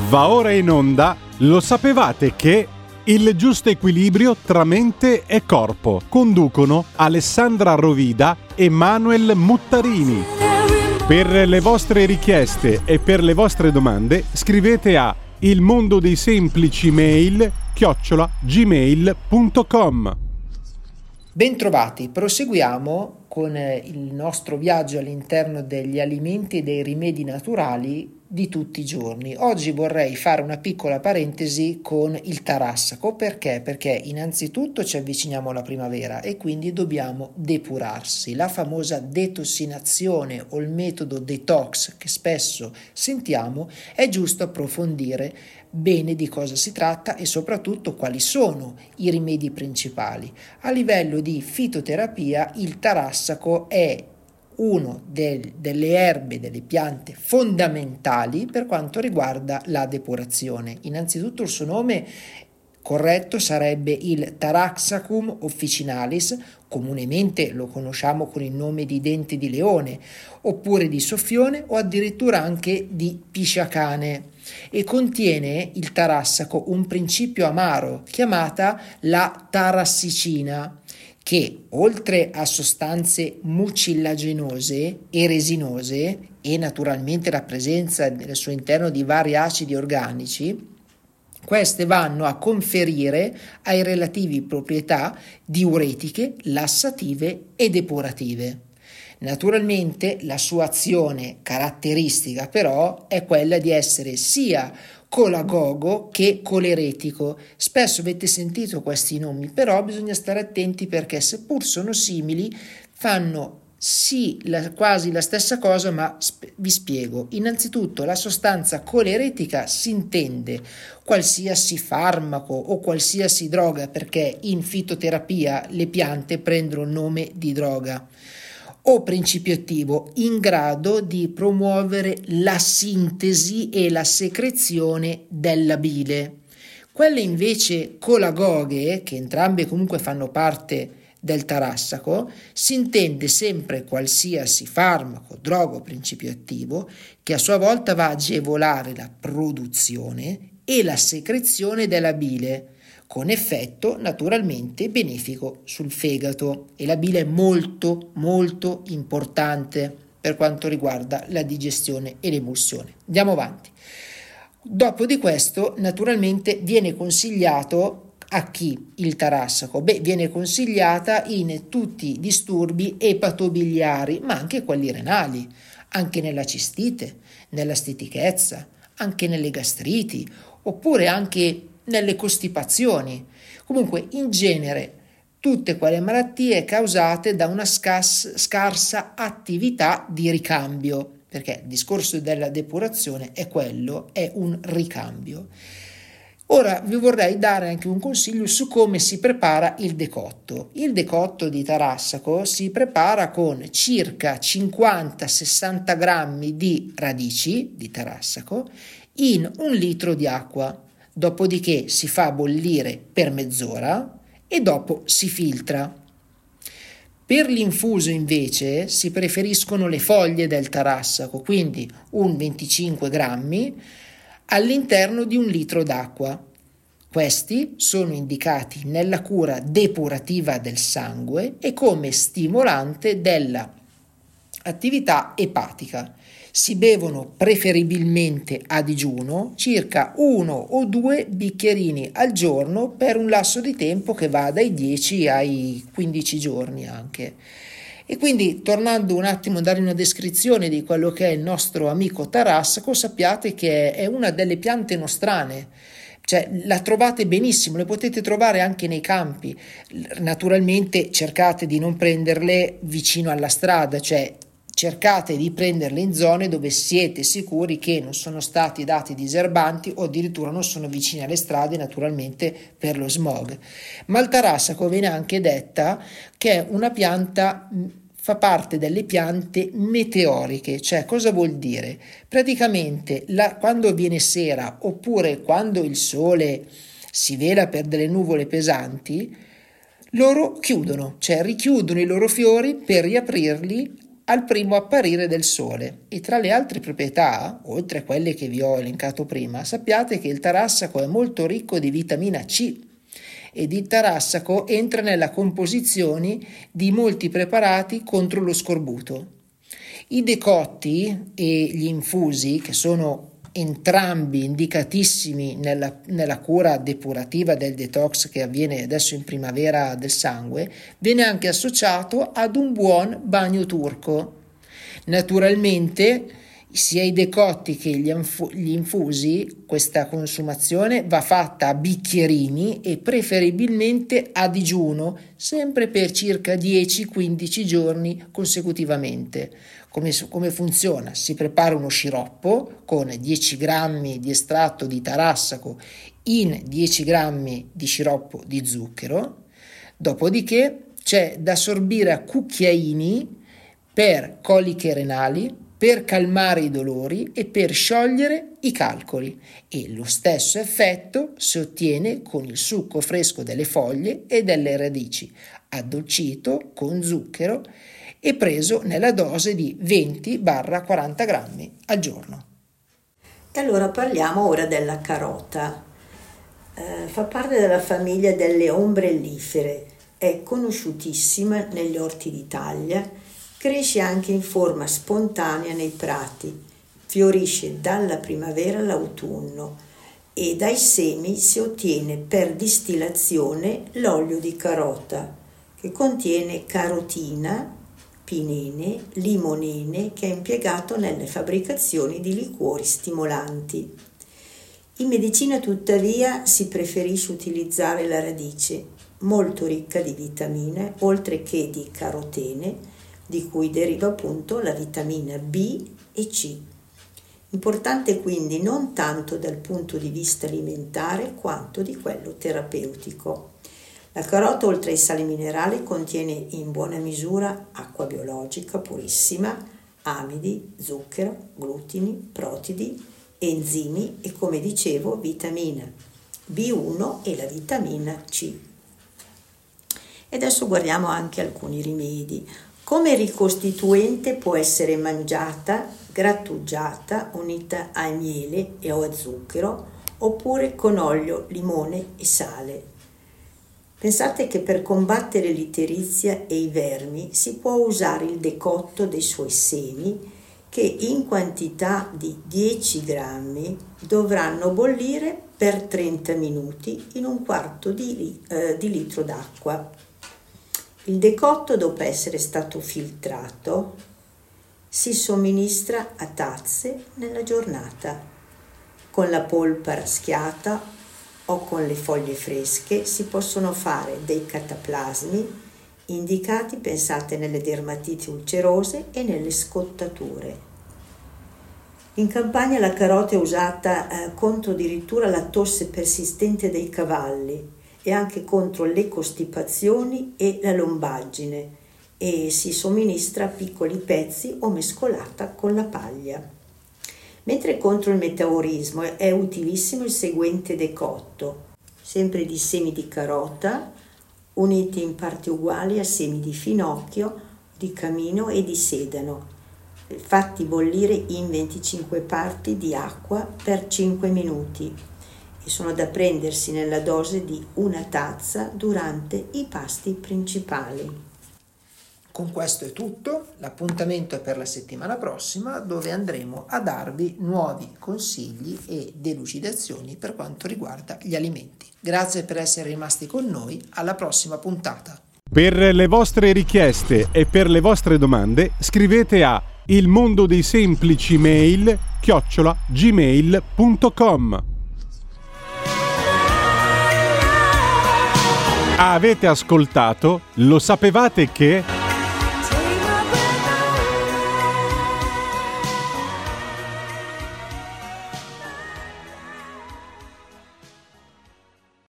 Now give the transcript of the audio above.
Va ora in onda, lo sapevate che il giusto equilibrio tra mente e corpo conducono Alessandra Rovida e Manuel Muttarini. Per le vostre richieste e per le vostre domande scrivete a ilmondodeisemplicemail@gmail.com. Bentrovati, proseguiamo con il nostro viaggio all'interno degli alimenti e dei rimedi naturali di tutti i giorni. Oggi vorrei fare una piccola parentesi con il tarassaco. Perché? Perché innanzitutto ci avviciniamo alla primavera e quindi dobbiamo depurarsi. La famosa detossinazione o il metodo detox che spesso sentiamo, è giusto approfondire bene di cosa si tratta e soprattutto quali sono i rimedi principali. A livello di fitoterapia, il tarassaco è uno delle erbe, delle piante fondamentali per quanto riguarda la depurazione. Innanzitutto il suo nome corretto sarebbe il Taraxacum officinalis, comunemente lo conosciamo con il nome di dente di leone, oppure di soffione o addirittura anche di pisciacane, e contiene il tarassaco un principio amaro chiamata la tarassicina, che oltre a sostanze mucillaginose e resinose e naturalmente la presenza nel suo interno di vari acidi organici, queste vanno a conferire ai relativi proprietà diuretiche, lassative e depurative. Naturalmente la sua azione caratteristica però è quella di essere sia colagogo che coleretico. Spesso avete sentito questi nomi, però bisogna stare attenti perché seppur sono simili fanno quasi la stessa cosa, ma vi spiego. Innanzitutto la sostanza coleretica si intende qualsiasi farmaco o qualsiasi droga, perché in fitoterapia le piante prendono il nome di droga, o principio attivo in grado di promuovere la sintesi e la secrezione della bile. Quelle invece colagoghe, che entrambe comunque fanno parte del tarassaco, si intende sempre qualsiasi farmaco, droga o principio attivo che a sua volta va a agevolare la produzione e la secrezione della bile, con effetto naturalmente benefico sul fegato, e la bile è molto molto importante per quanto riguarda la digestione e l'emulsione. Andiamo avanti. Dopo di questo naturalmente viene consigliato a chi il tarassaco? Viene consigliata in tutti i disturbi epatobiliari, ma anche quelli renali, anche nella cistite, nella stitichezza, anche nelle gastriti, oppure anche nelle costipazioni. Comunque, in genere, tutte quelle malattie causate da una scarsa attività di ricambio, perché il discorso della depurazione è un ricambio. Ora vi vorrei dare anche un consiglio su come si prepara il decotto. Il decotto di tarassaco si prepara con circa 50-60 grammi di radici di tarassaco in 1 litro di acqua. Dopodiché si fa bollire per mezz'ora e dopo si filtra. Per l'infuso invece si preferiscono le foglie del tarassaco, quindi un 25 grammi all'interno di 1 litro d'acqua. Questi sono indicati nella cura depurativa del sangue e come stimolante della attività epatica. Si bevono preferibilmente a digiuno circa 1 o 2 bicchierini al giorno per un lasso di tempo che va dai 10 ai 15 giorni anche. E quindi, tornando un attimo a dare una descrizione di quello che è il nostro amico tarassaco, sappiate che è una delle piante nostrane. Cioè, la trovate benissimo, le potete trovare anche nei campi. Naturalmente cercate di non prenderle vicino alla strada, cioè cercate di prenderle in zone dove siete sicuri che non sono stati dati diserbanti o addirittura non sono vicine alle strade, naturalmente per lo smog. Ma il tarassaco viene anche detta che è una pianta, fa parte delle piante meteoriche. Cioè, cosa vuol dire? Praticamente quando viene sera oppure quando il sole si vela per delle nuvole pesanti, loro chiudono, cioè richiudono i loro fiori per riaprirli al primo apparire del sole. E tra le altre proprietà, oltre a quelle che vi ho elencato prima, sappiate che il tarassaco è molto ricco di vitamina C ed il tarassaco entra nella composizione di molti preparati contro lo scorbuto. I decotti e gli infusi, che sono entrambi indicatissimi nella cura depurativa del detox che avviene adesso in primavera del sangue, viene anche associato ad un buon bagno turco. Naturalmente sia i decotti che gli infusi, questa consumazione va fatta a bicchierini e preferibilmente a digiuno, sempre per circa 10-15 giorni consecutivamente. Come funziona? Si prepara uno sciroppo con 10 grammi di estratto di tarassaco in 10 grammi di sciroppo di zucchero, dopodiché c'è da sorbire a cucchiaini per coliche renali, per calmare i dolori e per sciogliere i calcoli, e lo stesso effetto si ottiene con il succo fresco delle foglie e delle radici, addolcito con zucchero e preso nella dose di 20-40 grammi al giorno. E allora parliamo ora della carota. Fa parte della famiglia delle ombrellifere, è conosciutissima negli orti d'Italia, cresce anche in forma spontanea nei prati, fiorisce dalla primavera all'autunno e dai semi si ottiene per distillazione l'olio di carota, che contiene carotina, pinene, limonene, che è impiegato nelle fabbricazioni di liquori stimolanti. In medicina tuttavia si preferisce utilizzare la radice, molto ricca di vitamine, oltre che di carotene, di cui deriva appunto la vitamina B e C. Importante quindi non tanto dal punto di vista alimentare quanto di quello terapeutico. La carota, oltre ai sali minerali, contiene in buona misura acqua biologica purissima, amidi, zucchero, glutini, protidi, enzimi e, come dicevo, vitamina B1 e la vitamina C. E adesso guardiamo anche alcuni rimedi. Come ricostituente può essere mangiata, grattugiata, unita a miele e o a zucchero, oppure con olio, limone e sale. Pensate che per combattere l'itterizia e i vermi si può usare il decotto dei suoi semi, che in quantità di 10 grammi dovranno bollire per 30 minuti in un quarto di litro d'acqua. Il decotto, dopo essere stato filtrato, si somministra a tazze nella giornata. Con la polpa raschiata o con le foglie fresche si possono fare dei cataplasmi indicati, pensate, nelle dermatiti ulcerose e nelle scottature. In Campania la carota è usata contro addirittura la tosse persistente dei cavalli e anche contro le costipazioni e la lombaggine, e si somministra a piccoli pezzi o mescolata con la paglia. Mentre contro il metabolismo è utilissimo il seguente decotto, sempre di semi di carota, uniti in parti uguali a semi di finocchio, di camino e di sedano, fatti bollire in 25 parti di acqua per 5 minuti. Sono da prendersi nella dose di una tazza durante i pasti principali. Con questo è tutto, l'appuntamento è per la settimana prossima, dove andremo a darvi nuovi consigli e delucidazioni per quanto riguarda gli alimenti. Grazie per essere rimasti con noi, alla prossima puntata. Per le vostre richieste e per le vostre domande scrivete a ilmondodeisemplicimail@gmail.com. Avete ascoltato? Lo sapevate che...